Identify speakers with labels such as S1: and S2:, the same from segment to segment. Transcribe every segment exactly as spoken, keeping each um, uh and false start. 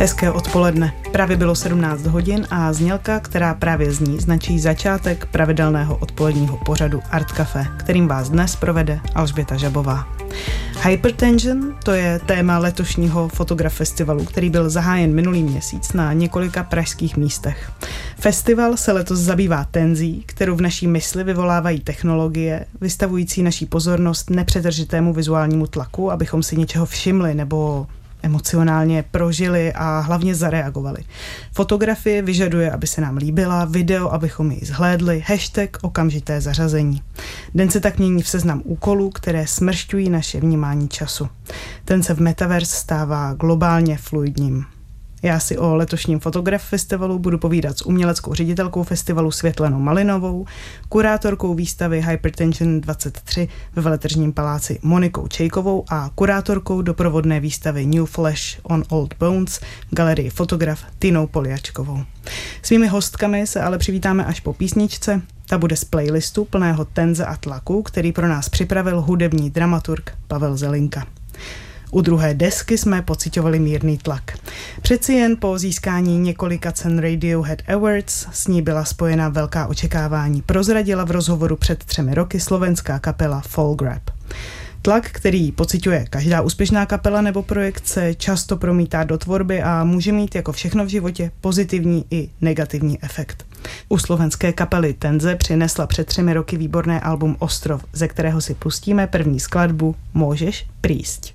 S1: Hezké odpoledne. Právě bylo sedmnáct hodin a znělka, která právě zní, značí začátek pravidelného odpoledního pořadu Art Café, kterým vás dnes provede Alžběta Žabová. Hypertension, to je téma letošního Fotograf festivalu, který byl zahájen minulý měsíc na několika pražských místech. Festival se letos zabývá tenzí, kterou v naší mysli vyvolávají technologie, vystavující naší pozornost nepřetržitému vizuálnímu tlaku, abychom si něčeho všimli nebo emocionálně prožili a hlavně zareagovali. Fotografie vyžaduje, aby se nám líbila, video, abychom ji zhlédli, hashtag okamžité zařazení. Den se tak mění v seznam úkolů, které smršťují naše vnímání času. Ten se v Metaverse stává globálně fluidním. Já si o letošním Fotograf festivalu budu povídat s uměleckou ředitelkou festivalu Světlanou Malinovou, kurátorkou výstavy Hypertension dvacet tři ve Veletržním paláci Monikou Čejkovou a kurátorkou doprovodné výstavy New Flesh on Old Bones v galerii Fotograf Tinou Poljačkovou. Svými hostkami se ale přivítáme až po písničce. Ta bude z playlistu plného tenze a tlaku, který pro nás připravil hudební dramaturg Pavel Zelinka. U druhé desky jsme pociťovali mírný tlak. Přeci jen po získání několika cen Radiohead Awards s ní byla spojena velká očekávání. Prozradila v rozhovoru před třemi roky slovenská kapela Fall Grab. Tlak, který pociťuje každá úspěšná kapela nebo projekt, se často promítá do tvorby a může mít jako všechno v životě pozitivní i negativní efekt. U slovenské kapely Tenze přinesla před třemi roky výborné album Ostrov, ze kterého si pustíme první skladbu Můžeš prísť.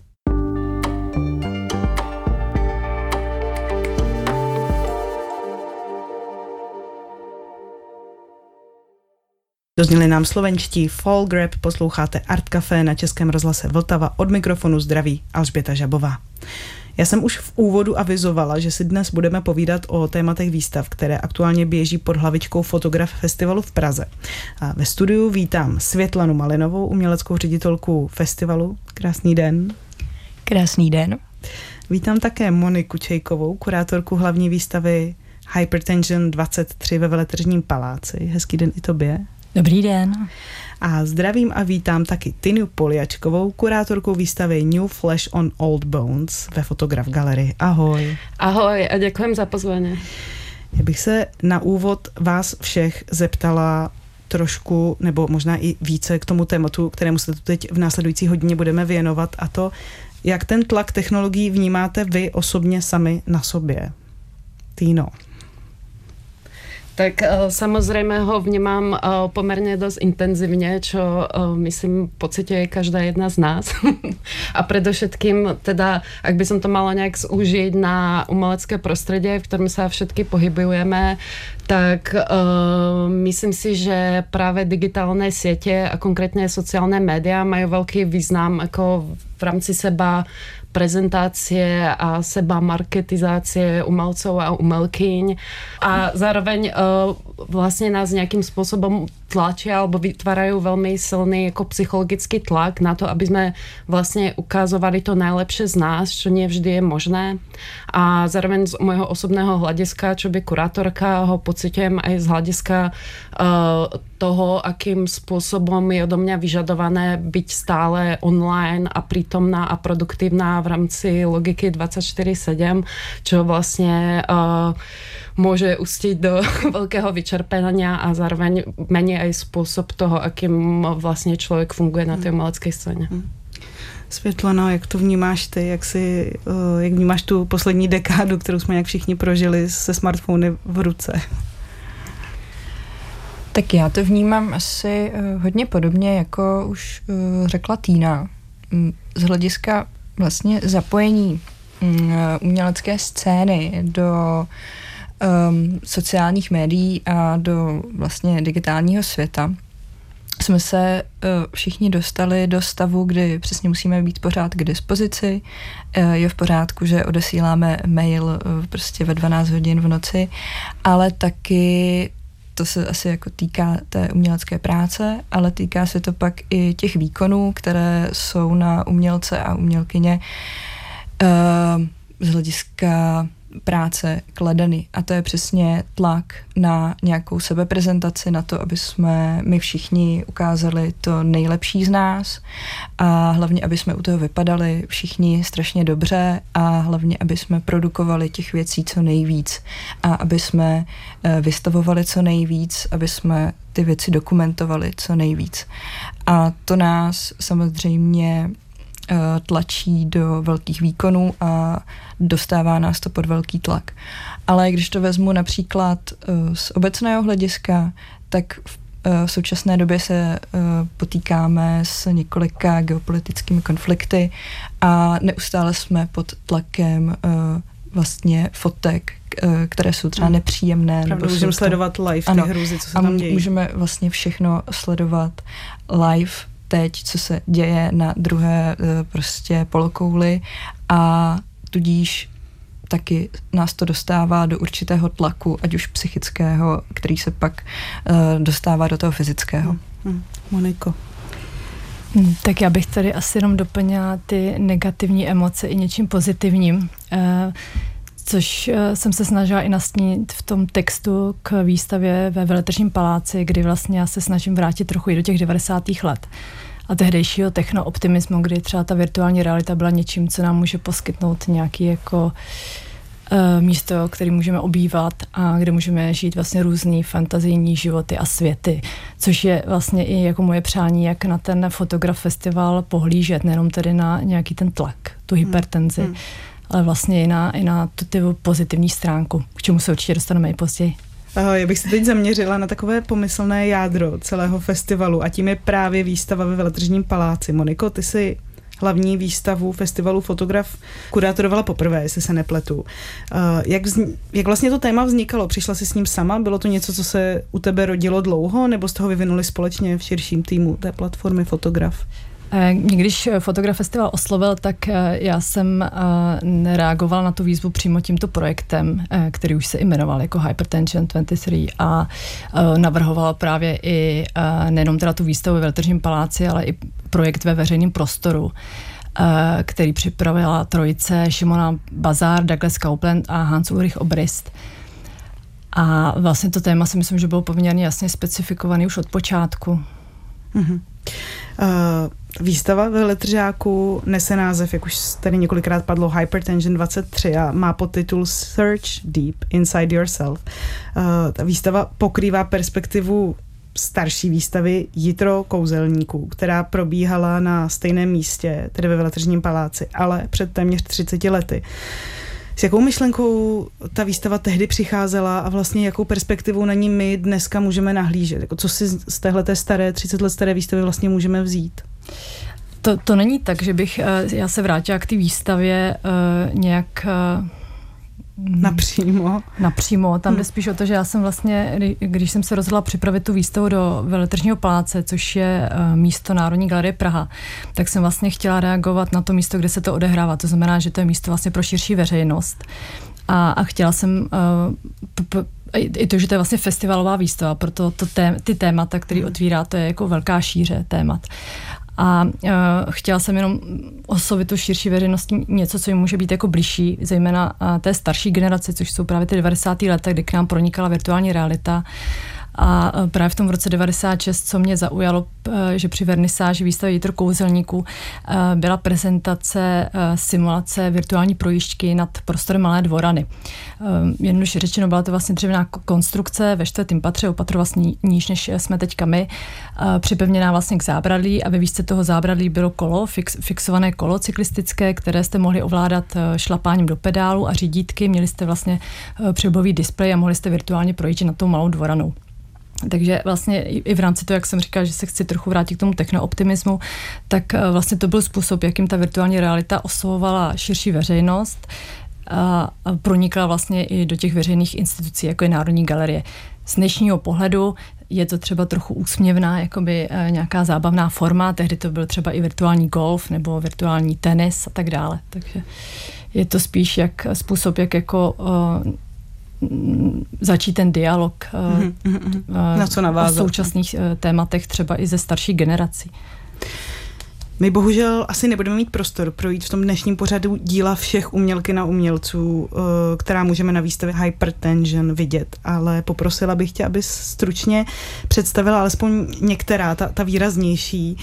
S1: Dozněli nám slovenští Fall Grab, posloucháte Art Café na Českém rozhlase Vltava, od mikrofonu zdraví Alžběta Žabová. Já jsem už v úvodu avizovala, že si dnes budeme povídat o tématech výstav, které aktuálně běží pod hlavičkou Fotograf festivalu v Praze. A ve studiu vítám Světlanu Malinovou, uměleckou ředitelku festivalu. Krásný den.
S2: Krásný den.
S1: Vítám také Moniku Čejkovou, kurátorku hlavní výstavy Hypertension dvacet tři ve Veletržním paláci. Hezký den i tobě.
S2: Dobrý den.
S1: A zdravím a vítám taky Tinu Poljačkovou, kurátorkou výstavy New Flesh on Old Bones ve Fotograf galerii. Ahoj.
S3: Ahoj a děkujem za pozvání.
S1: Já bych se na úvod vás všech zeptala trošku, nebo možná i více k tomu tématu, kterému se tu teď v následující hodině budeme věnovat, a to, jak ten tlak technologií vnímáte vy osobně sami na sobě. Týno.
S3: Tak uh, samozrejme ho vnímam uh, pomerne dosť intenzívne, čo uh, myslím pociťuje každá jedna z nás. A predovšetkým teda, ak by som to mala nejak zúžiť na umelecké prostredie, v ktorom sa všetky pohybujeme, tak uh, myslím si, že práve digitálne siete a konkrétne sociálne médiá majú veľký význam ako v rámci seba prezentácie a seba marketizácie umelcov a umelkyň a zároveň uh, vlastne nás nejakým spôsobom tlačia alebo vytvárajú veľmi silný ako psychologický tlak na to, aby sme vlastne ukázovali to najlepšie z nás, čo nie vždy je možné. A zároveň z môjho osobného hľadiska, čo by kurátorka, ho pociťujem aj z hľadiska uh, toho, akým spôsobom je odo mňa vyžadované byť stále online a prítomná a produktívna v rámci logiky dvadsaťštyri sedem, čo vlastne uh, môže ustiť do veľkého vyčerpania a zároveň mení aj spôsob toho, akým vlastne človek funguje na tej umeleckej scéně.
S1: Světlana, jak to vnímáš ty, jak, si, uh, jak vnímáš tu poslední dekádu, kterou jsme jak všichni prožili se smartfony v ruce?
S2: Tak já to vnímám asi uh, hodně podobně, jako už uh, řekla Týna. Z hlediska vlastně zapojení um, umělecké scény do um, sociálních médií a do vlastně digitálního světa jsme se uh, všichni dostali do stavu, kdy přesně musíme být pořád k dispozici. Uh, je v pořádku, že odesíláme mail uh, prostě ve dvanáct hodin v noci, ale taky to se asi jako týká té umělecké práce, ale týká se to pak i těch výkonů, které jsou na umělce a umělkyně uh, z hlediska práce kladeny a to je přesně tlak na nějakou sebeprezentaci, na to, aby jsme my všichni ukázali to nejlepší z nás a hlavně, aby jsme u toho vypadali všichni strašně dobře a hlavně, aby jsme produkovali těch věcí co nejvíc a aby jsme vystavovali co nejvíc, aby jsme ty věci dokumentovali co nejvíc. A to nás samozřejmě tlačí do velkých výkonů a dostává nás to pod velký tlak. Ale když to vezmu například z obecného hlediska, tak v, v současné době se potýkáme s několika geopolitickými konflikty a neustále jsme pod tlakem vlastně fotek, které jsou třeba nepříjemné.
S1: Pravda, můžeme sledovat live ty hrůzy, co se tam dějí.
S2: Můžeme vlastně všechno sledovat live teď, co se děje na druhé prostě polokouli a tudíž taky nás to dostává do určitého tlaku, ať už psychického, který se pak uh, dostává do toho fyzického.
S1: Hmm. Hmm. Moniko.
S4: Hmm, tak já bych tady asi jenom doplnila ty negativní emoce i něčím pozitivním, uh, což uh, jsem se snažila i nastínit v tom textu k výstavě ve Veletržním paláci, kdy vlastně já se snažím vrátit trochu i do těch devadesátých let a tehdejšího technooptimismu, kdy třeba ta virtuální realita byla něčím, co nám může poskytnout nějaký jako uh, místo, který můžeme obývat a kde můžeme žít vlastně různý fantazijní životy a světy, což je vlastně i jako moje přání, jak na ten fotograf festival pohlížet, nejenom tedy na nějaký ten tlak, tu hypertenzi, hmm. ale vlastně i na, i na tu, tu pozitivní stránku, k čemu se určitě dostaneme i později.
S1: Já bych se teď zaměřila na takové pomyslné jádro celého festivalu a tím je právě výstava ve Veletržním paláci. Moniko, ty jsi hlavní výstavu festivalu Fotograf kurátorovala poprvé, jestli se nepletu. Jak, vzni- jak vlastně to téma vznikalo? Přišla jsi s ním sama? Bylo to něco, co se u tebe rodilo dlouho, nebo z toho vyvinuli společně v širším týmu té platformy Fotograf?
S4: Když Fotograf Festival oslovil, tak já jsem nereagovala na tu výzvu přímo tímto projektem, který už se jmenoval jako Hypertension dvacet tři a navrhoval právě i nejenom teda tu výstavu ve Veletržním paláci, ale i projekt ve veřejném prostoru, který připravila trojice Šimona Bazar, Douglas Coupland a Hans Ulrich Obrist. A vlastně to téma si myslím, že bylo poměrně jasně specifikovaný už od počátku.
S1: Mm-hmm. Uh, výstava ve Veletržáku nese název, jak už tady několikrát padlo, Hypertension dvacet tři a má podtitul Search Deep Inside Yourself. Uh, ta výstava pokrývá perspektivu starší výstavy Jitro kouzelníků, která probíhala na stejném místě, tedy ve Veletržním paláci, ale před téměř třiceti lety. S jakou myšlenkou ta výstava tehdy přicházela a vlastně jakou perspektivou na ní my dneska můžeme nahlížet? Jako co si z téhleté staré, třicet let staré výstavy vlastně můžeme vzít?
S4: To, to není tak, že bych já se vrátila k té výstavě uh, nějak... Uh,
S1: Napřímo.
S4: Napřímo. Tam jde spíš o to, že já jsem vlastně, když jsem se rozhodla připravit tu výstavu do Veletržního paláce, což je místo Národní galerie Praha, tak jsem vlastně chtěla reagovat na to místo, kde se to odehrává. To znamená, že to je místo vlastně pro širší veřejnost. A, a chtěla jsem uh, p- p- i to, že to je vlastně festivalová výstava, proto to té, ty témata, který otvírá, to je jako velká šíře témat. A uh, chtěla jsem jenom oslovit tu širší veřejnosti něco, co jim může být jako bližší, zejména uh, té starší generaci, což jsou právě ty devadesátá léta, kdy k nám pronikala virtuální realita. A uh, právě v tom roce devadesát šest, co mě zaujalo, uh, že při vernisáži výstavy Jitro kouzelníků uh, byla prezentace uh, simulace virtuální projížďky nad prostorem Malé dvorany. Uh, jednoduše řečeno, byla to vlastně dřevěná konstrukce ve čtvrtém patře, o patro vlastně níž, než jsme teďka my, uh, připevněná vlastně k zábradlí a ve výšce toho zábradlí bylo kolo, fix, fixované kolo cyklistické, které jste mohli ovládat uh, šlapáním do pedálu a řídítky, měli jste vlastně uh, přebový displej a mohli jste virtuálně projíždět nad tou Malou dvoranou. Takže vlastně i v rámci toho, jak jsem říkala, že se chci trochu vrátit k tomu technooptimismu, tak vlastně to byl způsob, jakým ta virtuální realita oslovovala širší veřejnost a pronikla vlastně i do těch veřejných institucí, jako je Národní galerie. Z dnešního pohledu je to třeba trochu úsměvná, jakoby nějaká zábavná forma, tehdy to byl třeba i virtuální golf nebo virtuální tenis a tak dále. Takže je to spíš jak způsob, jak jako začít ten dialog mm-hmm, mm-hmm.
S1: Na co navázat?
S4: O současných tématech třeba i ze starší generací.
S1: My bohužel asi nebudeme mít prostor projít v tom dnešním pořadu díla všech umělkyň a umělců, která můžeme na výstavě Hypertension vidět, ale poprosila bych tě, abys stručně představila alespoň některá, ta, ta výraznější.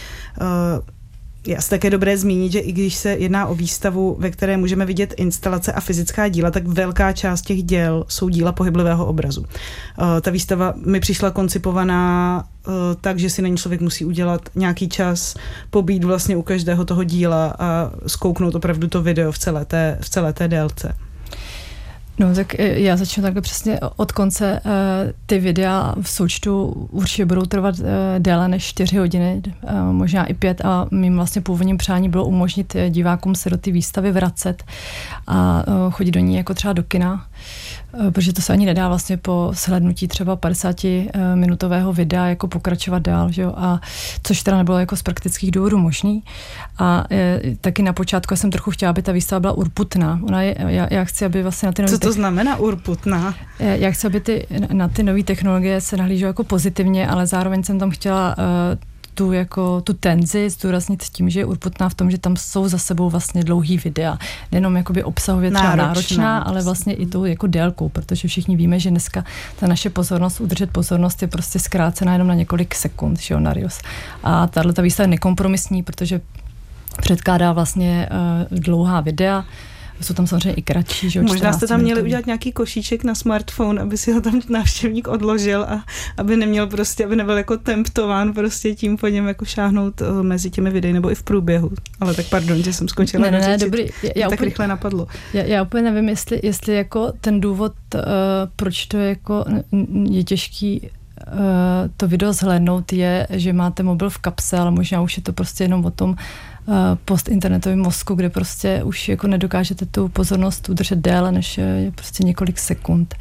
S1: Je asi také dobré zmínit, že i když se jedná o výstavu, ve které můžeme vidět instalace a fyzická díla, tak velká část těch děl jsou díla pohyblivého obrazu. Ta výstava mi přišla koncipovaná tak, že si na ní člověk musí udělat nějaký čas, pobít vlastně u každého toho díla a zkouknout opravdu to video v celé té, v celé té délce.
S4: No tak já začnu takhle přesně od konce. Ty videa v součtu určitě budou trvat déle než čtyři hodiny, možná i pět a mým vlastně původním přání bylo umožnit divákům se do té výstavy vracet a chodit do ní jako třeba do kina, protože to se ani nedá vlastně po shlédnutí třeba padesátiminutového videa jako pokračovat dál, že jo? A což teda nebylo jako z praktických důvodů možný. A je, taky na počátku jsem trochu chtěla, aby ta výstava byla urputná. Ona je, já, já chci, aby vlastně na ty
S1: Co to znamená urputná?
S4: Já chci, aby ty, na ty nové technologie se nahlíželo jako pozitivně, ale zároveň jsem tam chtěla uh, tu, jako, tu tenzi zdůraznit tím, že je urputná v tom, že tam jsou za sebou vlastně dlouhý videa. Nejenom jakoby obsahově třeba náročná, náročná ale vlastně i tou jako délkou, protože všichni víme, že dneska ta naše pozornost, udržet pozornost je prostě zkrácená jenom na několik sekund, že jo, na Rios. A tato výstava je nekompromisní, protože předkládá vlastně uh, dlouhá videa, jsou tam samozřejmě i kratší. Že?
S1: Možná jste tam měli udělat nějaký košíček na smartphone, aby si ho tam návštěvník odložil a aby neměl prostě, aby nebyl jako temptován prostě tím po něm jako šáhnout uh, mezi těmi videi nebo i v průběhu. Ale tak pardon, že jsem skončila.
S4: Ne, ne, ne, dobrý.
S1: Já, já tak úplně, rychle napadlo.
S4: Já, já úplně nevím, jestli, jestli jako ten důvod, uh, proč to jako je těžký uh, to video zhlédnout, je, že máte mobil v kapse, ale možná už je to prostě jenom o tom post-internetovém mozku, kde prostě už jako nedokážete tu pozornost udržet déle, než je prostě několik sekund.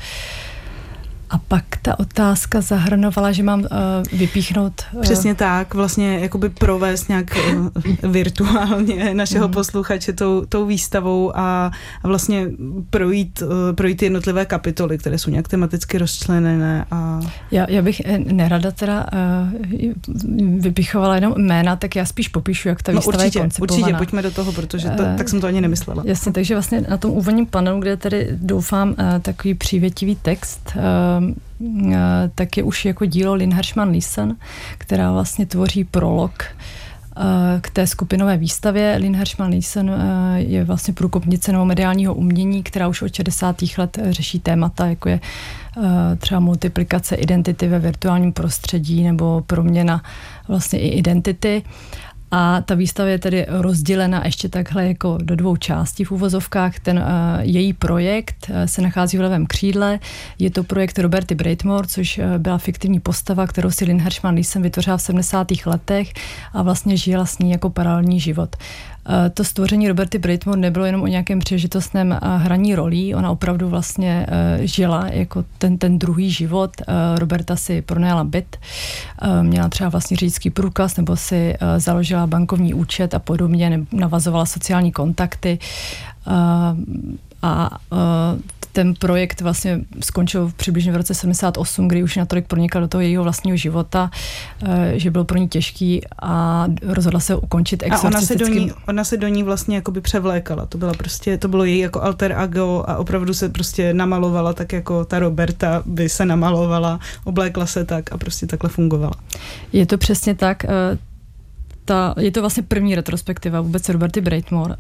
S4: A pak ta otázka zahrnovala, že mám uh, vypíchnout... Uh,
S1: Přesně tak, vlastně jakoby provést nějak uh, virtuálně našeho mm. posluchače tou, tou výstavou a, a vlastně projít, uh, projít jednotlivé kapitoly, které jsou nějak tematicky rozčleněné. A...
S4: Já, já bych nerada teda uh, vypichovala jenom jména, tak já spíš popíšu, jak ta
S1: no
S4: výstava
S1: určitě,
S4: je koncipovaná.
S1: Určitě, pojďme do toho, protože to, uh, tak jsem to ani nemyslela.
S4: Jasně, takže vlastně na tom úvodním panelu, kde tady doufám uh, takový přívětivý text, uh, tak je už jako dílo Lynn Hershman Leeson, která vlastně tvoří prolog k té skupinové výstavě. Lynn Hershman Leeson je vlastně průkopnice novomediálního umění, která už od šedesátých let řeší témata, jako je třeba multiplikace identity ve virtuálním prostředí nebo proměna vlastně i identity. A ta výstava je tedy rozdělena ještě takhle jako do dvou částí v uvozovkách. Ten uh, její projekt uh, se nachází v levém křídle. Je to projekt Roberty Breitmore, což uh, byla fiktivní postava, kterou si Lynn Hershman Leeson vytvořila v sedmdesátých letech a vlastně žila s ní jako paralelní život. To stvoření Roberty Breitmore nebylo jenom o nějakém příležitostném hraní rolí, ona opravdu vlastně žila jako ten, ten druhý život. Roberta si pronajala byt, měla třeba vlastně řidičský průkaz nebo si založila bankovní účet a podobně, navazovala sociální kontakty a, a ten projekt vlastně skončil přibližně v roce sedmdesát osm, kdy už natolik pronikal do toho jejího vlastního života, že byl pro ní těžký a rozhodla se ukončit exorcistickým...
S1: A ona se do ní, ona se do ní vlastně jakoby převlékala. To byla prostě, to bylo její jako alter ego a opravdu se prostě namalovala tak, jako ta Roberta by se namalovala, oblékla se tak a prostě takhle fungovala.
S4: Je to přesně tak. Ta, je to vlastně první retrospektiva vůbec Roberty Breitmore.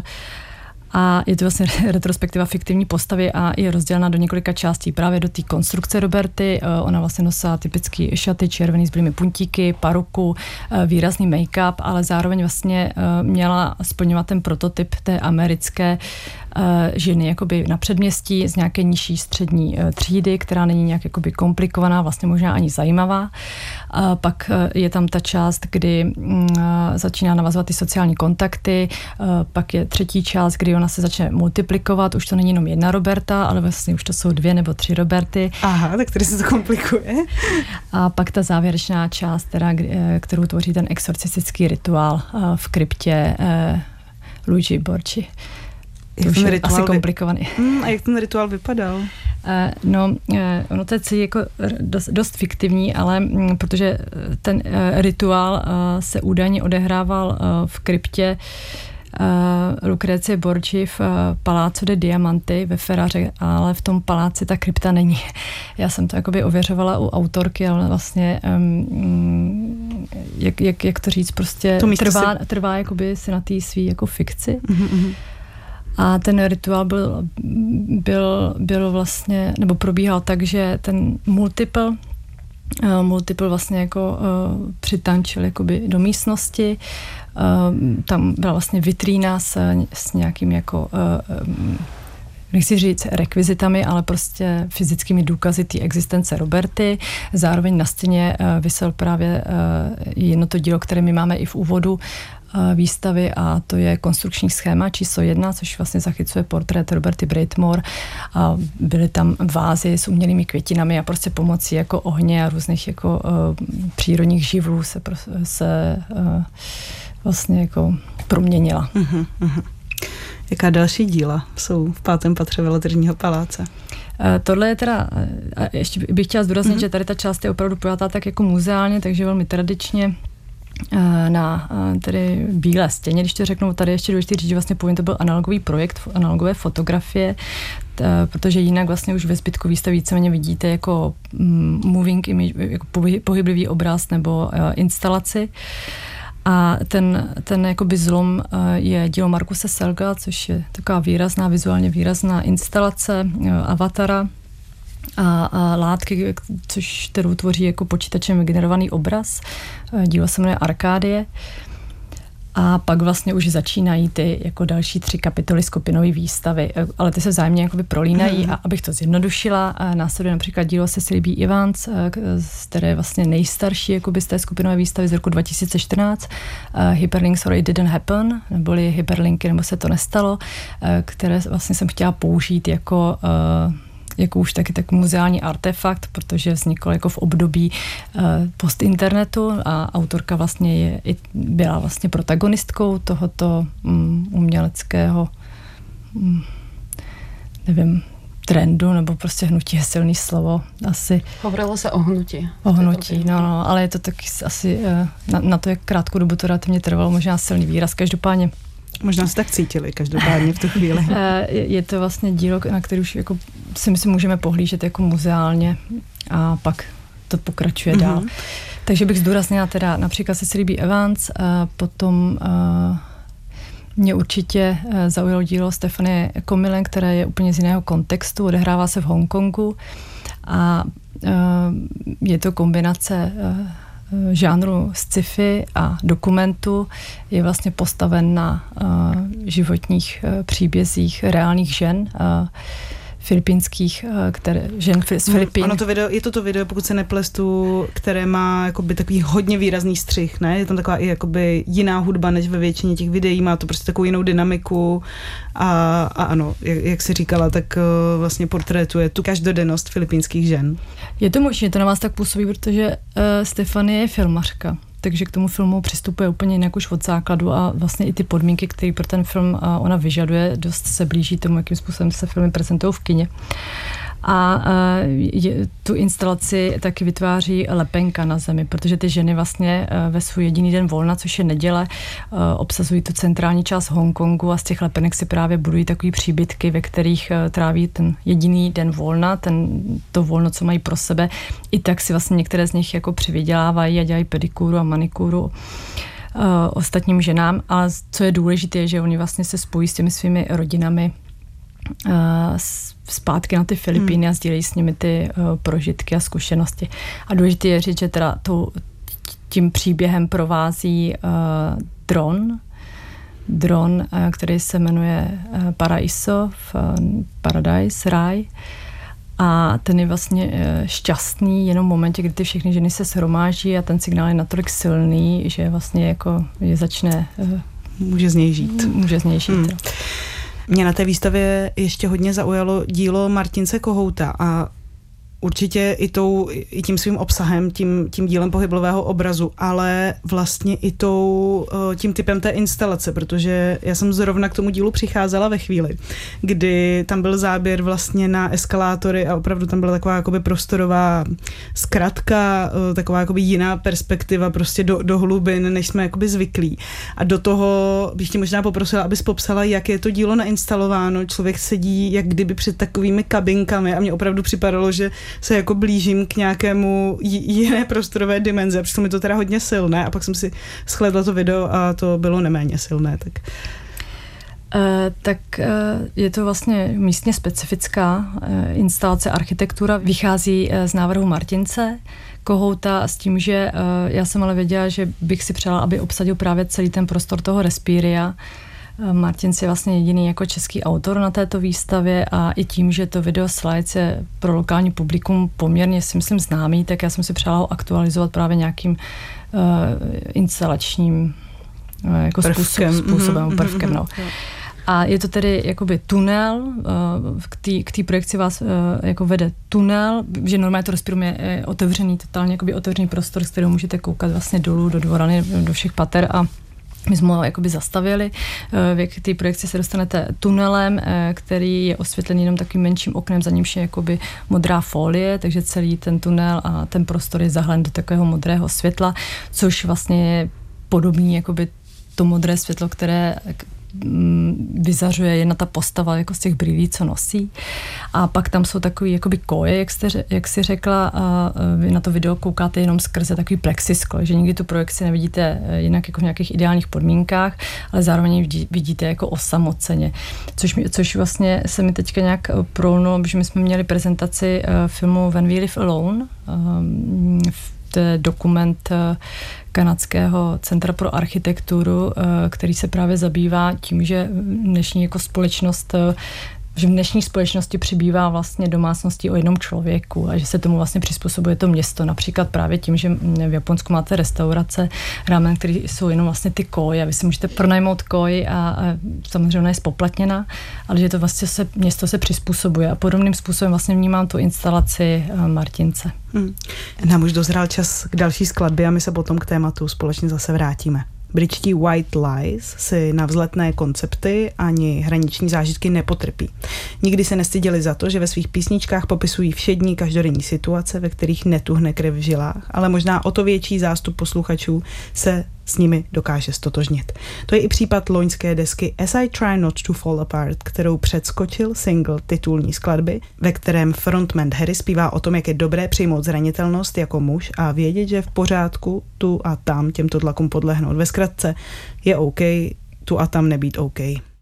S4: A je to vlastně retrospektiva fiktivní postavy a je rozdělena do několika částí. Právě do té konstrukce Roberty. Ona vlastně nosila typický šaty, červený s bílými puntíky, paruku, výrazný make-up, ale zároveň vlastně měla splňovat ten prototyp té americké ženy jakoby na předměstí z nějaké nižší střední třídy, která není nějak jakoby komplikovaná, vlastně možná ani zajímavá. A pak je tam ta část, kdy začíná navazovat ty sociální kontakty, pak je třetí část, kdy ona se začne multiplikovat, už to není jenom jedna Roberta, ale vlastně už to jsou dvě nebo tři Roberty.
S1: Aha, tak tady se to komplikuje. A
S4: pak ta závěrečná část, teda, kterou tvoří ten exorcistický rituál v kryptě Luigi Borchi. To už je asi komplikovaný.
S1: Mm, a jak ten rituál vypadal?
S4: No, ono to je celý jako dost, dost fiktivní, ale m, protože ten rituál se údajně odehrával v kryptě Uh, Lucrecie Borgi v uh, Palazzo de Diamanti ve Ferraře, ale v tom paláci ta krypta není. Já jsem to jakoby ověřovala u autorky, ale vlastně um, jak, jak, jak to říct, prostě to trvá, si... trvá jakoby si na té svý jako fikci. Mm-hmm. A ten rituál byl, byl, byl vlastně, nebo probíhal tak, že ten multiple Uh, multiple vlastně jako uh, přitančil jakoby do místnosti. Uh, tam byla vlastně vitrína s, s nějakým jako uh, um, nechci říct rekvizitami, ale prostě fyzickými důkazy té existence Roberty. Zároveň na stěně uh, visel právě uh, jedno to dílo, které my máme i v úvodu výstavy, a to je konstrukční schéma číslo jedna, což vlastně zachycuje portrét Roberty Breitmore, a byly tam vázy s umělými květinami a prostě pomocí jako ohně a různých jako uh, přírodních živlů se, se uh, vlastně jako proměnila. Uh-huh, uh-huh.
S1: Jaká další díla jsou v pátém patře Veletržního paláce?
S4: Uh, tohle je teda, uh, ještě bych chtěla zdůraznit, uh-huh. že tady ta část je opravdu pojatá tak jako muzeálně, takže velmi tradičně na tedy bílé stěně, když to řeknu, tady ještě důležitý říct, že vlastně původně to byl analogový projekt, analogové fotografie, t, protože jinak vlastně už ve zbytku výstavy víceméně vidíte jako mm, moving image, jako pohyblivý obraz nebo uh, instalaci. A ten, ten jakoby zlom uh, je dílo Markuse Selga, což je taková výrazná, vizuálně výrazná instalace uh, avatara, A, a látky, což kterou tvoří jako počítačem generovaný obraz. Dílo se jmenuje Arkádie. A pak vlastně už začínají ty jako další tři kapitoly skupinové výstavy, ale ty se vzájemně jakoby prolínají. Mm. A abych to zjednodušila, následuje například dílo Cecily B. Evans, které je vlastně nejstarší jakoby z té skupinové výstavy z roku dva tisíce čtrnáct. Hyperlinks or It Didn't Happen, neboli hyperlinky, nebo se to nestalo, které vlastně jsem chtěla použít jako jako už taky tak muzeální artefakt, protože vznikl jako v období uh, postinternetu a autorka vlastně je, i byla vlastně protagonistkou tohoto um, uměleckého um, nevím, trendu, nebo prostě hnutí je silný slovo. Asi.
S3: Hovorilo se o hnutí.
S4: O hnutí, no, no, ale je to taky asi uh, na, na to, jak krátkou dobu to relativně trvalo, možná silný výraz. Každopádně
S1: možná se tak cítili každopádně v tu chvíli.
S4: Je to vlastně dílo, na který už jako si myslím můžeme pohlížet jako muzeálně a pak to pokračuje mm-hmm. dál. Takže bych zdůraznila teda například Cecily B. Evans, a potom a mě určitě zaujalo dílo Stephanie Comilen, které je úplně z jiného kontextu, odehrává se v Hongkongu a je to kombinace žánru sci-fi a dokumentu, je vlastně postaven na uh, životních uh, příbězích reálných žen, uh, filipínských, uh, které, žen z Filipín.
S1: Ano, to video, je to to video, pokud se neplestu, které má jakoby takový hodně výrazný střih, ne? Je tam taková i jakoby jiná hudba, než ve většině těch videí, má to prostě takovou jinou dynamiku a, a ano, jak, jak jsi říkala, tak uh, vlastně portrétuje tu každodennost filipínských žen.
S4: Je to možné, to na vás tak působí, protože uh, Stefanie je filmařka, takže k tomu filmu přistupuje úplně jinak už od základu a vlastně i ty podmínky, které pro ten film uh, ona vyžaduje, dost se blíží tomu, jakým způsobem se filmy prezentují v kině. A uh, je, tu instalaci taky vytváří lepenka na zemi, protože ty ženy vlastně uh, ve svůj jediný den volna, což je neděle, uh, obsazují tu centrální část Hongkongu a z těch lepenek si právě budují takový příbytky, ve kterých uh, tráví ten jediný den volna, ten, to volno, co mají pro sebe. I tak si vlastně některé z nich jako přivydělávají a dělají pedikúru a manikúru uh, ostatním ženám. A co je důležité, je, že oni vlastně se spojí s těmi svými rodinami uh, zpátky na ty Filipíny hmm. a sdílejí s nimi ty uh, prožitky a zkušenosti. A důležité je říct, že teda tou, tím příběhem provází uh, dron, dron, uh, který se jmenuje uh, Paraiso, v, uh, Paradise, ráj. A ten je vlastně uh, šťastný jenom v momentě, kdy ty všechny ženy se shromáží a ten signál je natolik silný, že vlastně jako je začne... Uh,
S1: může z něj žít.
S4: Může z něj žít. Hmm. Mě
S1: na té výstavě ještě hodně zaujalo dílo Martince Kohouta a určitě i, tou, i tím svým obsahem, tím, tím dílem pohyblového obrazu, ale vlastně i tou, tím typem té instalace, protože já jsem zrovna k tomu dílu přicházela ve chvíli, kdy tam byl záběr vlastně na eskalátory a opravdu tam byla taková jakoby prostorová zkratka, taková jakoby jiná perspektiva prostě do, do hlubin, než jsme jakoby zvyklí. A do toho bych tě možná poprosila, abys popsala, jak je to dílo nainstalováno. Člověk sedí jak kdyby před takovými kabinkami a mně opravdu připadalo, že se jako blížím k nějakému jiné prostorové dimenzi. A přišlo mi to teda hodně silné a pak jsem si shlédla to video a to bylo neméně silné. Tak...
S4: Uh, tak uh, je to vlastně místně specifická uh, instalace architektura. Vychází uh, z návrhu Martince Kohouta s tím, že uh, já jsem ale věděla, že bych si přála, aby obsadil právě celý ten prostor toho Respiria. Uh, Martinc je vlastně jediný jako český autor na této výstavě a i tím, že to video Slides je pro lokální publikum poměrně, si myslím, známý, tak já jsem si přála ho aktualizovat právě nějakým uh, instalačním uh, jako
S1: prvkem.
S4: Způsob, způsobem, mm-hmm. prvkem. No. A je to tedy jakoby tunel, k té projekci vás jako vede tunel, že normálně to Respirum je otevřený, totálně jakoby otevřený prostor, z kterého můžete koukat vlastně dolů do dvorany, do všech pater a my jsme ho jakoby zastavili. V té projekci se dostanete tunelem, který je osvětlený jenom takovým menším oknem, za nímž je jakoby modrá folie, takže celý ten tunel a ten prostor je zahlen do takového modrého světla, což vlastně je podobný jakoby to modré světlo, které vyzařuje jedna ta postava jako z těch brýlí, co nosí. A pak tam jsou takový jakoby koje, jak, jste, jak jsi řekla, a vy na to video koukáte jenom skrze takový plexisklo, že nikdy tu projekci nevidíte jinak jako v nějakých ideálních podmínkách, ale zároveň vidíte jako osamoceně. Což, což vlastně se mi teďka nějak prolnulo, že my jsme měli prezentaci filmu When We Live Alone, to je dokument Kanadského centra pro architekturu, který se právě zabývá tím, že dnešní jako společnost, že v dnešní společnosti přibývá vlastně domácností o jednom člověku a že se tomu vlastně přizpůsobuje to město. Například právě tím, že v Japonsku máte restaurace, ramen, které jsou jenom vlastně ty koji a vy si můžete pronajmout koji a, a samozřejmě ona je spoplatněna, ale že to vlastně se, město se přizpůsobuje a podobným způsobem vlastně vnímám tu instalaci Martince.
S1: Hmm. Nám už dozrál čas k další skladbě a my se potom k tématu společně zase vrátíme. Britští White Lies si na vzletné koncepty ani hraniční zážitky nepotrpí. Nikdy se nestyděli za to, že ve svých písničkách popisují všední každodenní situace, ve kterých netuhne krev v žilách, ale možná o to větší zástup posluchačů se s nimi dokáže stotožnit. To je i případ loňské desky As I Try Not to Fall Apart, kterou předskočil single titulní skladby, ve kterém frontman Harry zpívá o tom, jak je dobré přijmout zranitelnost jako muž a vědět, že je v pořádku tu a tam těmto tlakům podlehnout. Ve zkratce je OK, tu a tam nebýt OK.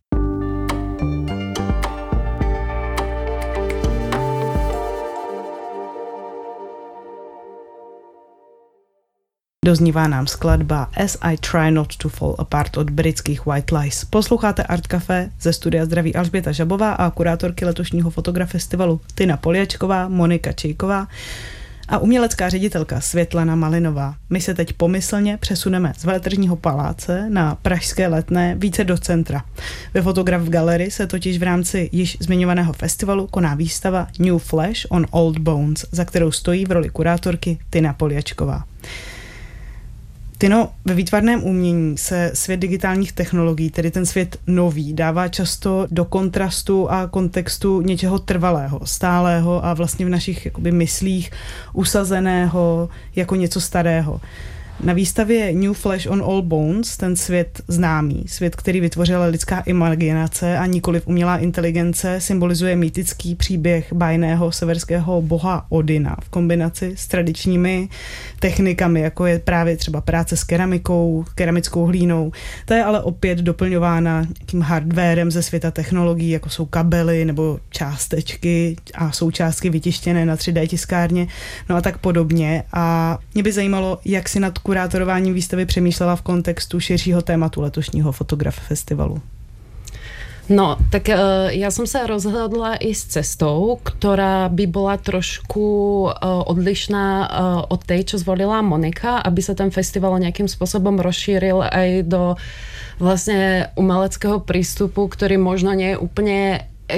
S1: Doznívá nám skladba As I Try Not to Fall Apart od britských White Lies. Posloucháte Art Café, ze studia zdraví Alžběta Žabová a kurátorky letošního fotografestivalu Tina Poljačková, Monika Čejková a umělecká ředitelka Světlana Malinová. My se teď pomyslně přesuneme z Veletržního paláce na pražské Letné více do centra. Ve Fotograf Gallery se totiž v rámci již zmiňovaného festivalu koná výstava New Flash on Old Bones, za kterou stojí v roli kurátorky Tina Poljačková. Tino, ve výtvarném umění se svět digitálních technologií, tedy ten svět nový, dává často do kontrastu a kontextu něčeho trvalého, stálého a vlastně v našich jakoby myslích usazeného jako něco starého. Na výstavě New Flash on All Bones ten svět známý, svět, který vytvořila lidská imaginace a nikoliv umělá inteligence, symbolizuje mýtický příběh bájného severského boha Odina v kombinaci s tradičními technikami, jako je právě třeba práce s keramikou, keramickou hlínou. Ta je ale opět doplňována tím hardwarem ze světa technologií, jako jsou kabely nebo částečky a součástky vytištěné na tři dé tiskárně, no a tak podobně. A mě by zajímalo, jak si nad kurátorováním výstavy přemýšlela v kontextu širšího tématu letošního Fotograf festivalu.
S3: No, tak uh, ja som sa rozhodla ísť cestou, ktorá by bola trošku uh, odlišná uh, od tej, čo zvolila Monika, aby sa ten festival nejakým spôsobom rozšíril aj do vlastne umeleckého prístupu, ktorý možno nie je úplne ek-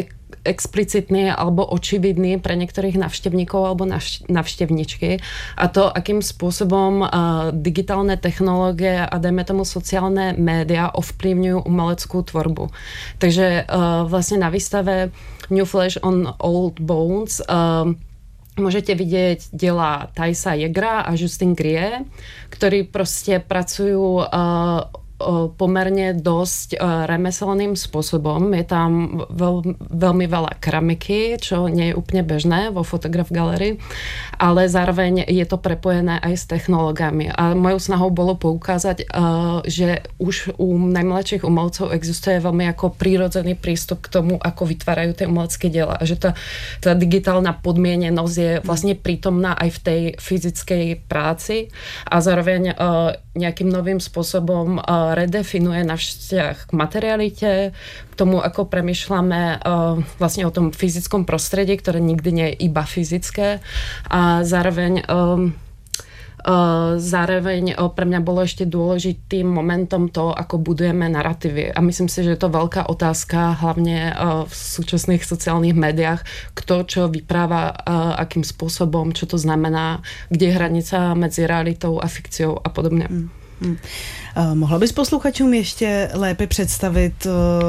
S3: explicitný alebo očividný pre niektorých návštevníkov alebo návštevničky. A to, akým spôsobom uh, digitálne technológie a dajme tomu sociálne média ovplyvňujú umeleckú tvorbu. Takže uh, vlastne na výstave New Flesh on Old Bones uh, môžete vidieť diela Thijsa Jägera a Justine Grier, ktorí proste pracujú uh, pomerne dosť remeselným spôsobom. Je tam veľ, veľmi veľa keramiky, čo nie je úplne bežné vo Photograph Gallery, ale zároveň je to prepojené aj s technológiami. A mojou snahou bolo poukázať, že už u najmladších umelcov existuje veľmi ako prírodzený prístup k tomu, ako vytvárajú tie umelecké diela. A že tá, tá digitálna podmienenosť je vlastne prítomná aj v tej fyzickej práci a zároveň nejakým novým spôsobom redefinuje náš vzťah k materialite, k tomu, ako premýšľame uh, vlastne o tom fyzickom prostredí, ktoré nikdy nie je iba fyzické. A zároveň, um, uh, zároveň uh, pre mňa bolo ešte dôležitým momentom to, ako budujeme narratívy. A myslím si, že je to veľká otázka, hlavne uh, v súčasných sociálnych médiách, kto čo vypráva, uh, akým spôsobom, čo to znamená, kde je hranica medzi realitou a fikciou a podobne. Mm.
S1: Hmm. Uh, mohla bys posluchačům ještě lépe představit uh,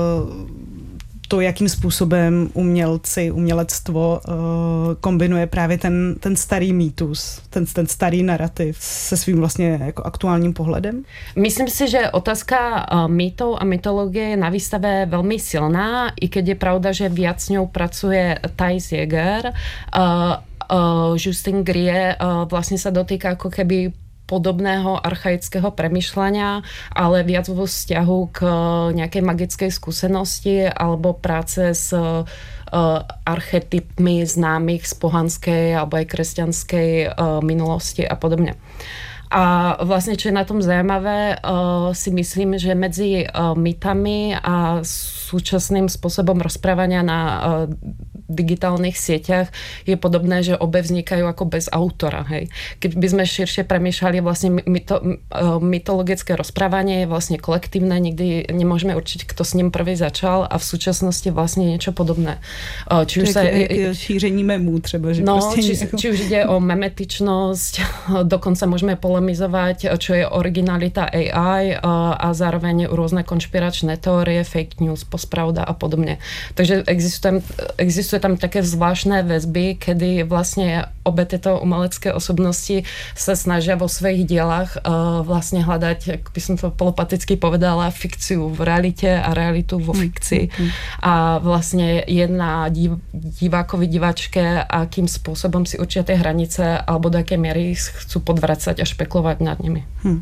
S1: to, jakým způsobem umělci, umělectvo uh, kombinuje právě ten, ten starý mýtus, ten, ten starý narrativ se svým vlastně jako aktuálním pohledem?
S3: Myslím si, že otázka uh, mýtov a mytológie je na výstave veľmi silná, i keď je pravda, že viac s ňou pracuje Thijs Jäger. Uh, uh, Justine Grier uh, vlastne sa dotýka ako keby podobného archaického premýšľania, ale viac vo vzťahu k nejakej magickej skúsenosti alebo práce s uh, archetypmi známych z pohanskej alebo aj kresťanskej uh, minulosti a podobne. A vlastne, čo je na tom zaujímavé, uh, si myslím, že medzi uh, mýtami a súčasným spôsobom rozprávania na uh, digitálnych sieťach je podobné, že obe vznikajú ako bez autora. Hej. Keď by sme širšie premýšľali, vlastne myto, mytologické rozprávanie je vlastne kolektívne, nikdy nemôžeme určiť, kto s ním prvý začal a v súčasnosti vlastne niečo podobné. Či už
S1: sa, je, šíření memů třeba. Že
S3: no,
S1: prostě
S3: či,
S1: nejako...
S3: či už ide o memetičnosť, dokonca môžeme polemizovať, čo je originalita á í a zároveň rôzne konšpiračné teórie, fake news, postpravda a podobne. Takže existuje, existuje tam také zvláštne väzby, kedy vlastne obe tieto umelecké osobnosti sa snažia vo svojich dielách uh, vlastne hľadať, ako by som to polopaticky povedala, fikciu v realite a realitu vo fikcii. Mm, mm. A vlastne je na div, divákovi, diváčke, akým spôsobom si určia tie hranice alebo do akej miery chcú podvracať a špekulovať nad nimi. Hmm.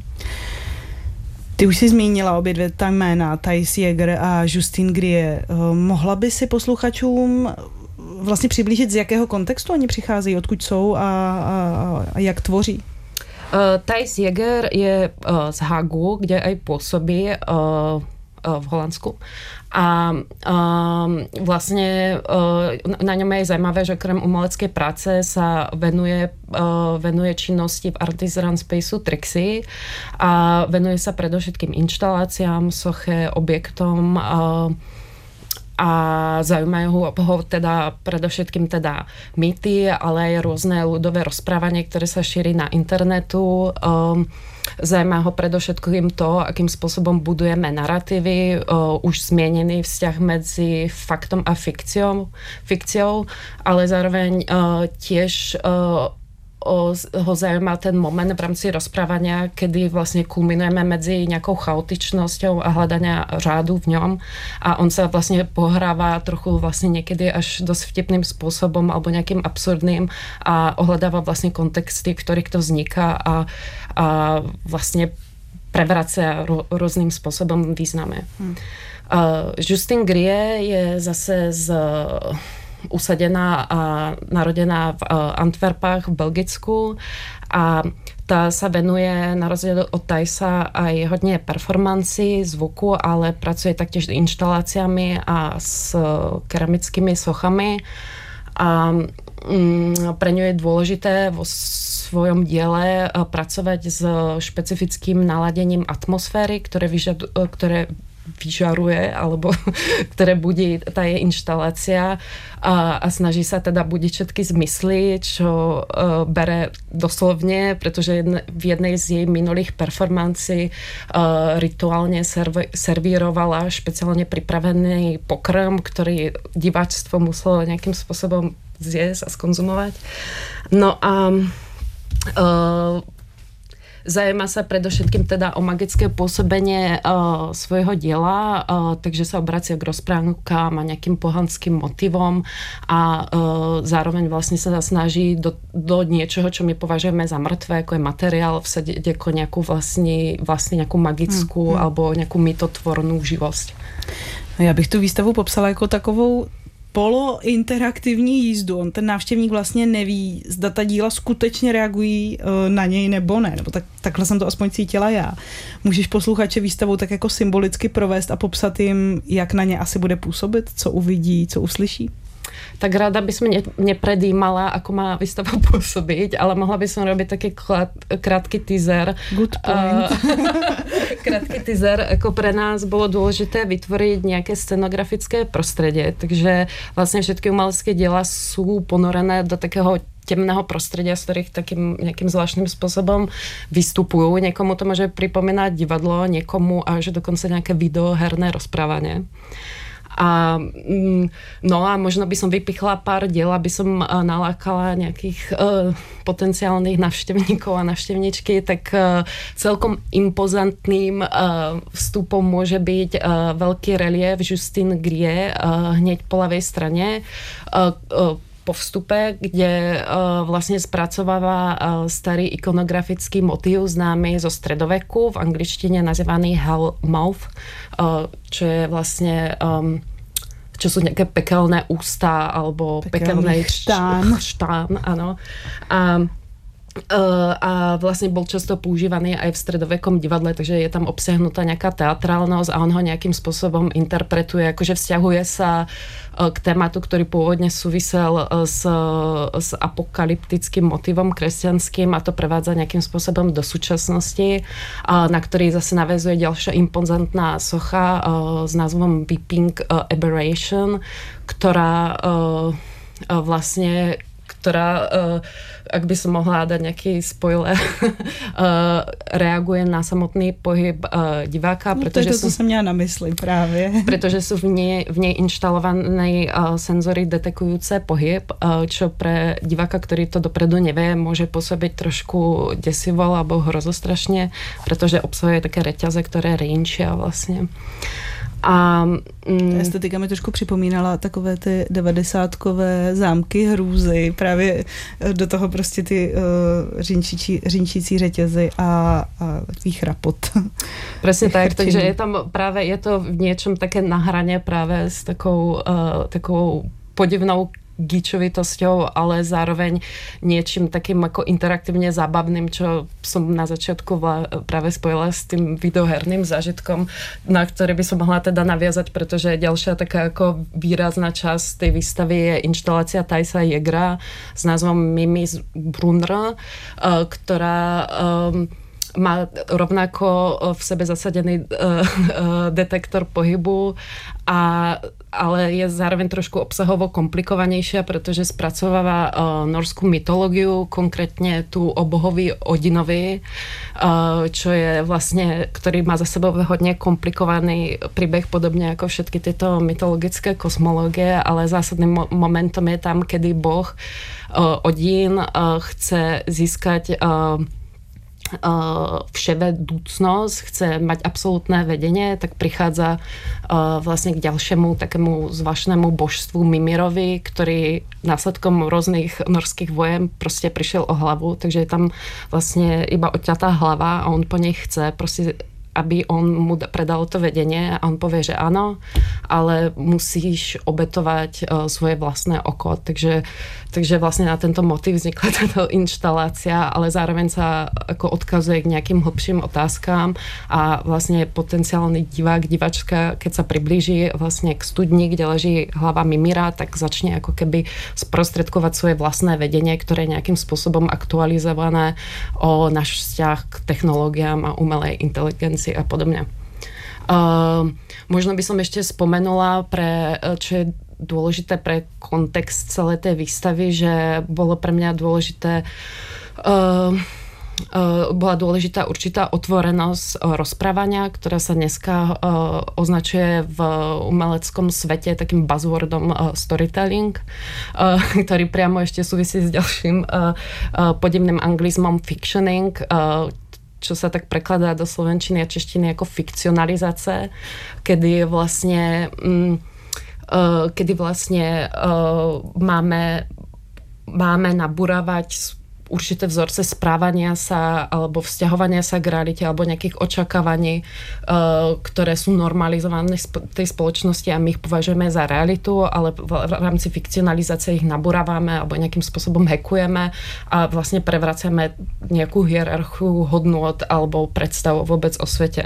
S1: Ty už jsi zmínila obě dvě ta jména, Thijs Jäger a Justine Grier. Mohla by si posluchačům vlastně přiblížit, z jakého kontextu oni přicházejí, odkud jsou a, a, a jak tvoří?
S3: Uh, Thijs Jäger je uh, z Hagu, kde aj pôsobí uh, uh, v Holandsku. A um, vlastne uh, na ňom je zaujímavé, že okrem umeleckej práce sa venuje, uh, venuje činnosti v Artisan Spaceu Trixie a venuje sa predovšetkým inštaláciám, soche, objektom uh, a zaujímajú ho teda predovšetkým teda mýty, ale aj rôzne ľudové rozprávanie, ktoré sa šíri na internetu. Um, Zaujíma ho predovšetkým to, akým spôsobom budujeme narratívy, uh, už zmienený vzťah medzi faktom a fikciou, fikciou ale zároveň uh, tiež uh, O, ho zaujíma ten moment v rámci rozprávania, kedy vlastne kulminujeme medzi nejakou chaotičnosťou a hľadania řádu v ňom a on sa vlastne pohráva trochu vlastne niekedy až dosť vtipným spôsobom alebo nejakým absurdným a ohľadáva vlastne kontexty, v ktorých to vzniká a, a vlastne prevracia ro, rôznym spôsobom významy. Hmm. Uh, Justine Grier je zase z usadená a narodená v Antwerpách v Belgicku a tá sa venuje na rozdiel od Thijsa aj hodne performanci, zvuku, ale pracuje taktiež s inštaláciami a s keramickými sochami a mm, pre ňu je dôležité vo svojom diele pracovať s špecifickým naladením atmosféry, ktoré, vyžadu, ktoré vyžaruje, alebo ktoré budí tá je inštalácia a, a snaží sa teda budiť všetky zmysly, čo uh, bere doslovne, pretože jedne, v jednej z jej minulých performancí uh, rituálne serv- servírovala špeciálne pripravený pokrm, ktorý diváctvo muselo nejakým spôsobom zjesť a skonzumovať. No a uh, Zajíma sa predovšetkým teda o magické pôsobenie uh, svojho diela, uh, takže sa obracia k rozprávkám a nejakým pohanským motivom a uh, zároveň vlastne sa snaží do, do niečoho, čo my považujeme za mŕtve, ako je materiál, vsadiť ako nejakú vlastne, vlastne nejakú magickú hmm. alebo nejakú mytotvornú živosť.
S1: Já bych tu výstavu popsala jako takovou polointeraktivní jízdu. On ten návštěvník vlastně neví, zda ta díla skutečně reagují na něj nebo ne. Nebo tak, takhle jsem to aspoň cítila já. Můžeš posluchače výstavou tak jako symbolicky provést a popsat jim, jak na ně asi bude působit, co uvidí, co uslyší?
S3: Tak rada by som ne, nepredýmala, ako má výstava pôsobiť, ale mohla by som robiť taký krátky teaser.
S1: Good point.
S3: Krátky teaser, ako pre nás bolo dôležité vytvoriť nejaké scenografické prostredie, takže vlastne všetky umelecké diela sú ponorené do takého temného prostredia, z ktorých takým nejakým zvláštnym spôsobom vystupujú. Niekomu to môže pripomínať divadlo, niekomu až dokonca nejaké videoherné rozprávanie. A, no a možno by som vypichla pár diel, aby som nalákala nejakých uh, potenciálnych navštevníkov a navštevničky, tak uh, celkom impozantným uh, vstupom môže byť uh, veľký relief Justine Grier uh, hneď po ľavej strane. Uh, uh, po vstupe, kde uh, vlastne spracováva uh, starý ikonografický motív známy zo stredoveku, v angličtine nazývaný Hellmouth, uh, čo je vlastne um, čo sú nejaké pekelné ústa alebo pekelný
S1: štán.
S3: štán, áno. A Uh, a vlastne bol často používaný aj v stredovekom divadle, takže je tam obsiahnutá nejaká teatrálnosť a on ho nejakým spôsobom interpretuje, akože vzťahuje sa uh, k tématu, ktorý pôvodne súvisel uh, s, s apokalyptickým motivom kresťanským a to prevádza nejakým spôsobom do súčasnosti, uh, na ktorý zase naväzuje ďalšia impozantná socha uh, s názvom Weeping uh, Aberration, ktorá uh, uh, vlastne ktorá, uh, ak by som mohla dať nejaký spoiler, uh, reaguje na samotný pohyb uh, diváka.
S1: No to je to,
S3: sú,
S1: co som měla na mysli právě.
S3: Pretože sú v nej, v nej inštalované uh, senzory detekujúce pohyb, uh, čo pre diváka, ktorý to dopredu nevie, môže pôsobiť trošku desivo alebo hrozostrašne, pretože obsahuje také reťaze, ktoré rinčia vlastne. A,
S1: mm, ta estetika mi trošku připomínala takové ty devadesátkové zámky hrůzy, právě do toho prostě ty uh, řinčící, řinčící řetězy a, a takový chrapot.
S3: Presne tak, takže je tam práve, je to v niečom také na hrane práve s takou, uh, takou podivnou gíčovitosťou, ale zároveň niečím takým ako interaktívne zábavným, čo som na začiatku práve spojila s tým videoherným zážitkom, na ktorý by som mohla teda naviazať, pretože ďalšia taká ako výrazná časť tej výstavy je inštalácia Thijsa Jägera s názvom Mimis Brunner, ktorá um, má rovnako v sebe zasadený uh, uh, detektor pohybu, a, ale je zároveň trošku obsahovo komplikovanejšia, pretože spracováva uh, norskú mytológiu, konkrétne tu o bohovi Odinovi, uh, čo je vlastne, ktorý má za sebou hodne komplikovaný príbeh, podobne ako všetky tieto mytologické kosmológie, ale zásadným mo- momentom je tam, kedy boh uh, Odín uh, chce získať uh, vševedúcnosť, chce mať absolútne vedenie, tak prichádza uh, vlastne k ďalšiemu takému zvláštnemu božstvu Mimirovi, ktorý následkom rôznych norských vojen proste prišiel o hlavu, takže je tam vlastne iba odťatá hlava a on po nej chce proste, aby on mu predal to vedenie a on povie, že áno, ale musíš obetovať uh, svoje vlastné oko. Takže, takže vlastne na tento motív vznikla táto inštalácia, ale zároveň sa ako odkazuje k nejakým hlbším otázkám a vlastne potenciálny divák, divačka, keď sa priblíži vlastne k studni, kde leží hlava Mimira, tak začne ako keby sprostredkovať svoje vlastné vedenie, ktoré je nejakým spôsobom aktualizované o náš vzťah k technológiám a umelej inteligencii a podobne. Uh, možno by som ešte spomenula, pre, čo je dôležité pre kontext celej tej výstavy, že bolo pre mňa dôležité uh, Uh, bola dôležitá určitá otvorenosť uh, rozprávania, ktorá sa dneska uh, označuje v umeleckom svete takým buzzwordom uh, storytelling, uh, ktorý priamo ešte súvisí s ďalším uh, uh, podivným anglizmom fictioning, uh, čo sa tak prekladá do slovenčiny a češtiny ako fikcionalizácia, kedy vlastne um, uh, kedy vlastne uh, máme, máme nabúravať určité vzorce správania sa alebo vzťahovania sa k realite alebo nejakých očakávaní, uh, ktoré sú normalizované v tej spoločnosti a my ich považujeme za realitu, ale v rámci fikcionalizácie ich nabúravame alebo nejakým spôsobom hackujeme a vlastne prevraciame nejakú hierarchiu hodnôt alebo predstavu vôbec o svete.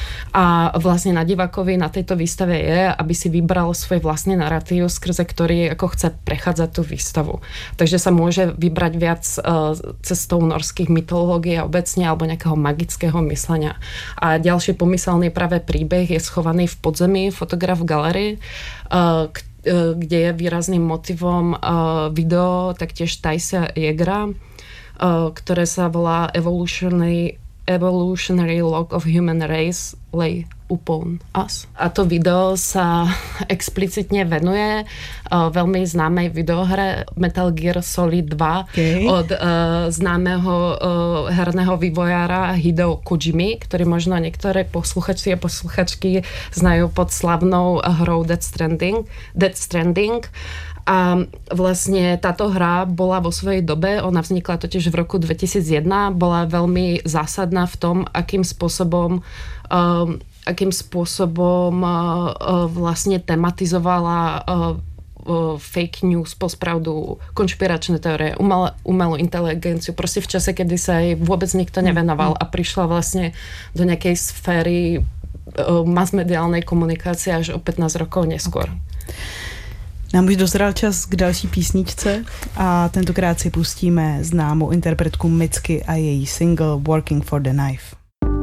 S3: A vlastne na divákovi na tejto výstave je, aby si vybral svoj vlastný narratív, skrze ktorý ako chce prechádzať tú výstavu. Takže sa môže vybrať viac uh, cestou norských mytológií obecne alebo nejakého magického myslenia. A ďalší pomyselný práve príbeh je schovaný v podzemí Fotograf Gallery, uh, k- uh, kde je výrazným motivom uh, video taktiež Tajsa Jegera, uh, ktoré sa volá Evolutionary Evolutionary Log of Human Race lay upon us. A to video sa explicitne venuje uh, veľmi známej videohre Metal Gear Solid dva okay. od uh, známeho uh, herného vývojára Hideo Kojimy, ktorý možno niektoré posluchači a posluchačky znajú pod slavnou hrou Death Stranding. Death Stranding. A vlastne táto hra bola vo svojej dobe, ona vznikla totiž v roku dvetisícjeden, bola veľmi zásadná v tom, akým spôsobom um, akým spôsobom uh, vlastne tematizovala uh, uh, fake news, pospravdu, konšpiračné teórie, umelé, umelú inteligenciu, proste v čase, kedy sa jej vôbec nikto nevenoval a prišla vlastne do nejakej sféry uh, masmediálnej komunikácie až o pätnásť rokov neskôr. Okay.
S1: Nám už dozral čas k další písničce a tentokrát si pustíme známou interpretku Mitski a její single Working for the Knife.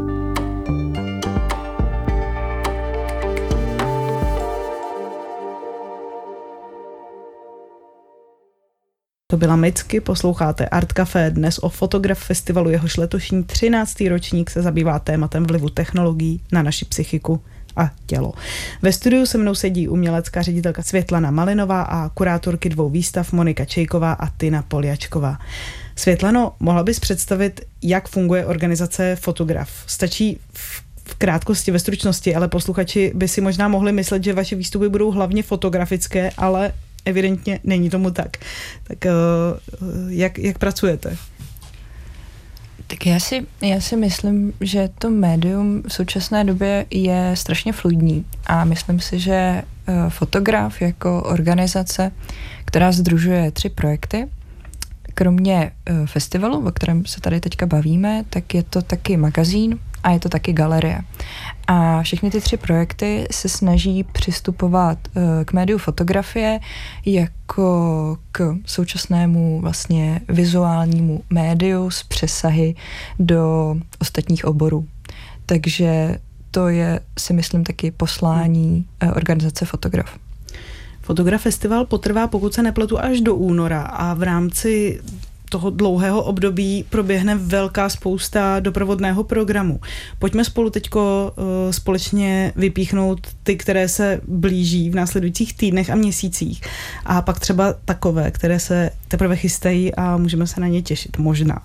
S1: To byla Mitski, posloucháte Art Café, dnes o Fotograf festivalu, jehož letošní třináctý ročník se zabývá tématem vlivu technologií na naši psychiku a tělo. Ve studiu se mnou sedí umělecká ředitelka Světlana Malinová a kurátorky dvou výstav Monika Čejková a Tina Poljačková. Světlano, mohla bys představit, jak funguje organizace Fotograf? Stačí v, v krátkosti, ve stručnosti, ale posluchači by si možná mohli myslet, že vaše výstupy budou hlavně fotografické, ale evidentně není tomu tak. Tak jak, jak pracujete?
S2: Tak já si, já si myslím, že to médium v současné době je strašně fluidní a myslím si, že Fotograf jako organizace, která sdružuje tři projekty, kromě festivalu, o kterém se tady teďka bavíme, tak je to taky magazín a je to taky galerie. A všechny ty tři projekty se snaží přistupovat k médiu fotografie jako k současnému vlastně vizuálnímu médiu s přesahy do ostatních oborů. Takže to je, si myslím, taky poslání organizace Fotograf.
S1: Fotograf festival potrvá, pokud se nepletu, až do února a v rámci toho dlouhého období proběhne velká spousta doprovodného programu. Pojďme spolu teďko uh, společně vypíchnout ty, které se blíží v následujících týdnech a měsících a pak třeba takové, které se teprve chystají a můžeme se na ně těšit, možná.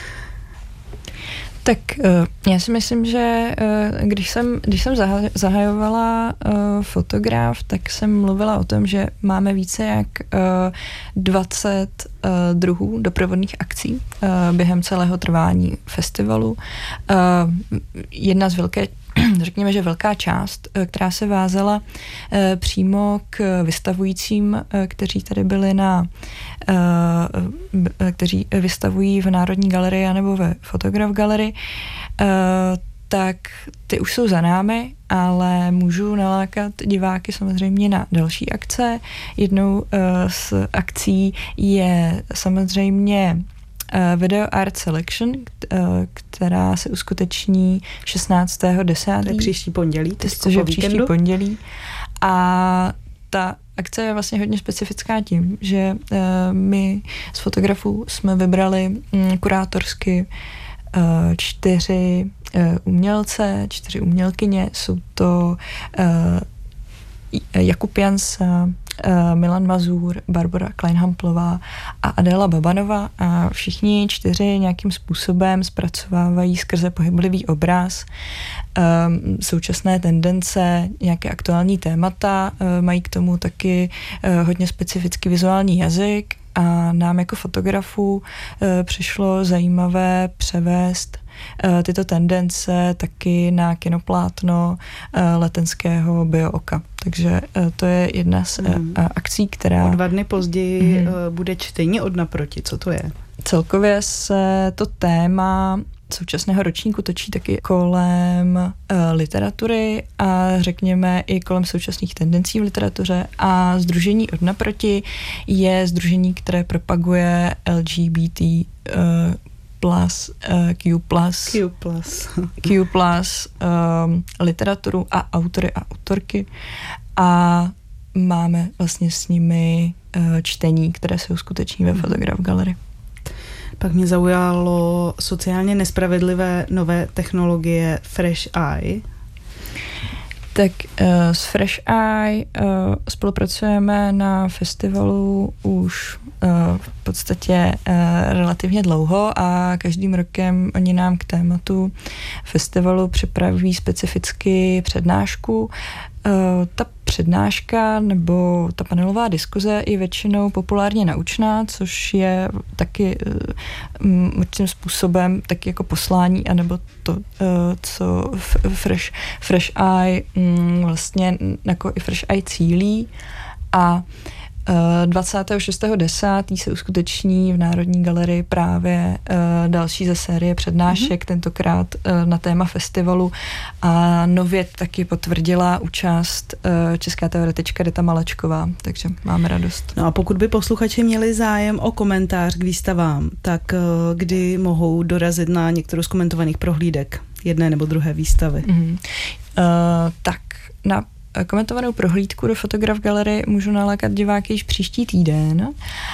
S2: Tak já si myslím, že když jsem, když jsem zahajovala Fotograf, tak jsem mluvila o tom, že máme více jak dvacet druhů doprovodných akcí během celého trvání festivalu. Jedna z velké řekněme, že velká část, která se vázala přímo k vystavujícím, kteří tady byli na, kteří vystavují v Národní galerii nebo ve Fotograf galerii, tak ty už jsou za námi, ale můžu nalákat diváky samozřejmě na další akce. Jednou z akcí je samozřejmě Video Art Selection, která se uskuteční šestnáctého desátého
S1: To je příští pondělí.
S2: To je příští pondělí. A ta akce je vlastně hodně specifická tím, že uh, my z fotografů jsme vybrali um, kurátorsky uh, čtyři uh, umělce, čtyři umělkyně. Jsou to uh, Jakub Jansa, uh, Milan Mazur, Barbara Kleinhamplová a Adéla Babanová a všichni čtyři nějakým způsobem zpracovávají skrze pohyblivý obraz um, současné tendence, nějaké aktuální témata, uh, mají k tomu taky uh, hodně specifický vizuální jazyk a nám jako fotografů uh, přišlo zajímavé převést uh, tyto tendence taky na kinoplátno uh, Letenského Biooka. Takže uh, to je jedna z uh, mm. akcí, která...
S1: O dva dny později mm. uh, bude čtení od naproti. Co to je?
S2: Celkově se to téma současného ročníku točí taky kolem uh, literatury a řekněme i kolem současných tendencí v literatuře a sdružení od naproti je sdružení, které propaguje L G B T uh, plus, uh, Q plus,
S1: Q plus,
S2: Q plus um, literaturu a autory a autorky a máme vlastně s nimi uh, čtení, které se uskuteční ve mm. Fotograf Gallery.
S1: Pak mě zaujalo sociálně nespravedlivé nové technologie Fresh Eye.
S2: Tak uh, s Fresh Eye uh, spolupracujeme na festivalu už uh, v podstatě uh, relativně dlouho a každým rokem oni nám k tématu festivalu připraví specificky přednášku. Uh, ta přednáška nebo ta panelová diskuze je většinou populárně naučná, což je taky um, určitým způsobem taky jako poslání, anebo to, uh, co Fresh, Fresh Eye um, vlastně jako i Fresh Eye cílí. A dvacátého šestého desátého se uskuteční v Národní galerii právě uh, další ze série přednášek, mm-hmm. tentokrát uh, na téma festivalu a nově taky potvrdila účast uh, česká teoretička Rita Malačková, takže máme radost.
S1: No a pokud by posluchači měli zájem o komentář k výstavám, tak uh, kdy mohou dorazit na některou z komentovaných prohlídek jedné nebo druhé výstavy?
S2: Mm-hmm. Uh, tak na komentovanou prohlídku do Fotograf Gallery můžu nalákat diváky již příští týden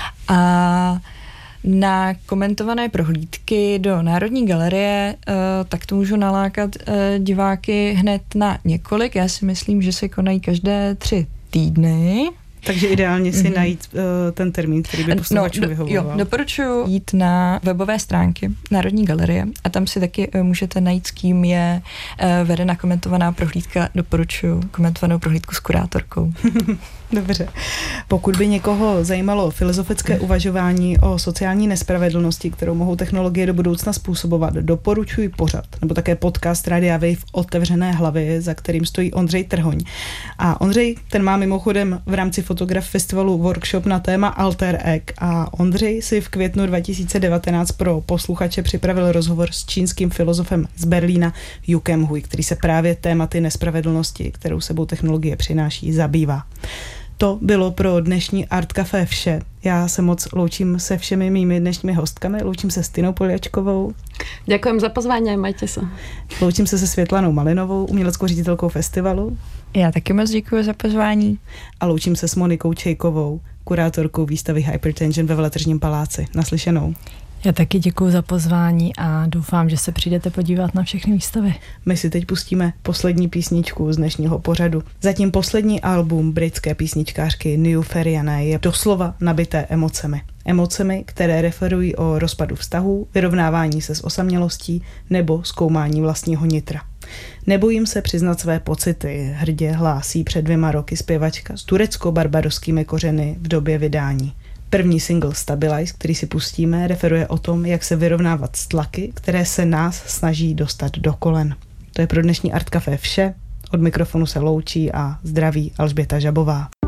S2: a na komentované prohlídky do Národní galerie tak to můžu nalákat diváky hned na několik. Já si myslím, že se konají každé tři týdny.
S1: Takže ideálně si mm-hmm. najít uh, ten termín, který by posluchačům
S2: no,
S1: vyhovoval.
S2: Jo, doporučuji jít na webové stránky Národní galerie a tam si taky uh, můžete najít, s kým je uh, vedena komentovaná prohlídka. Doporučuji komentovanou prohlídku s kurátorkou.
S1: Dobře. Pokud by někoho zajímalo filozofické uvažování o sociální nespravedlnosti, kterou mohou technologie do budoucna způsobovat, doporučuji pořad, nebo také podcast Radia Wave Otevřené hlavy, za kterým stojí Ondřej Trhoň. A Ondřej, ten má mimochodem v rámci Fotograf festivalu workshop na téma Alter Egg a Ondřej si v květnu dva tisíce devatenáct pro posluchače připravil rozhovor s čínským filozofem z Berlína Jukem Hui, který se právě tématy nespravedlnosti, kterou sebou technologie přináší, zabývá. To bylo pro dnešní Art Café vše. Já se moc loučím se všemi mými dnešními hostkami. Loučím se s Tinou Poliačkovou.
S3: Ďakujem za pozvání, majte se.
S1: Loučím se se Světlanou Malinovou, uměleckou ředitelkou festivalu.
S2: Já taky moc děkuji za pozvání.
S1: A loučím se s Monikou Čejkovou, kurátorkou výstavy Hypertension ve Veletržním paláci. Naslyšenou.
S4: Já taky děkuji za pozvání a doufám, že se přijdete podívat na všechny výstavy.
S1: My si teď pustíme poslední písničku z dnešního pořadu. Zatím poslední album britské písničkářky Niu Ferriané je doslova nabité emocemi. Emocemi, které referují o rozpadu vztahů, vyrovnávání se s osamělostí nebo zkoumání vlastního nitra. Nebojím se přiznat své pocity, hrdě hlásí před dvěma roky zpěvačka s turecko-barbarovskými kořeny v době vydání. První single Stabilize, který si pustíme, referuje o tom, jak se vyrovnávat s tlaky, které se nás snaží dostat do kolen. To je pro dnešní Art Café vše. Od mikrofonu se loučí a zdraví Alžběta Žabová.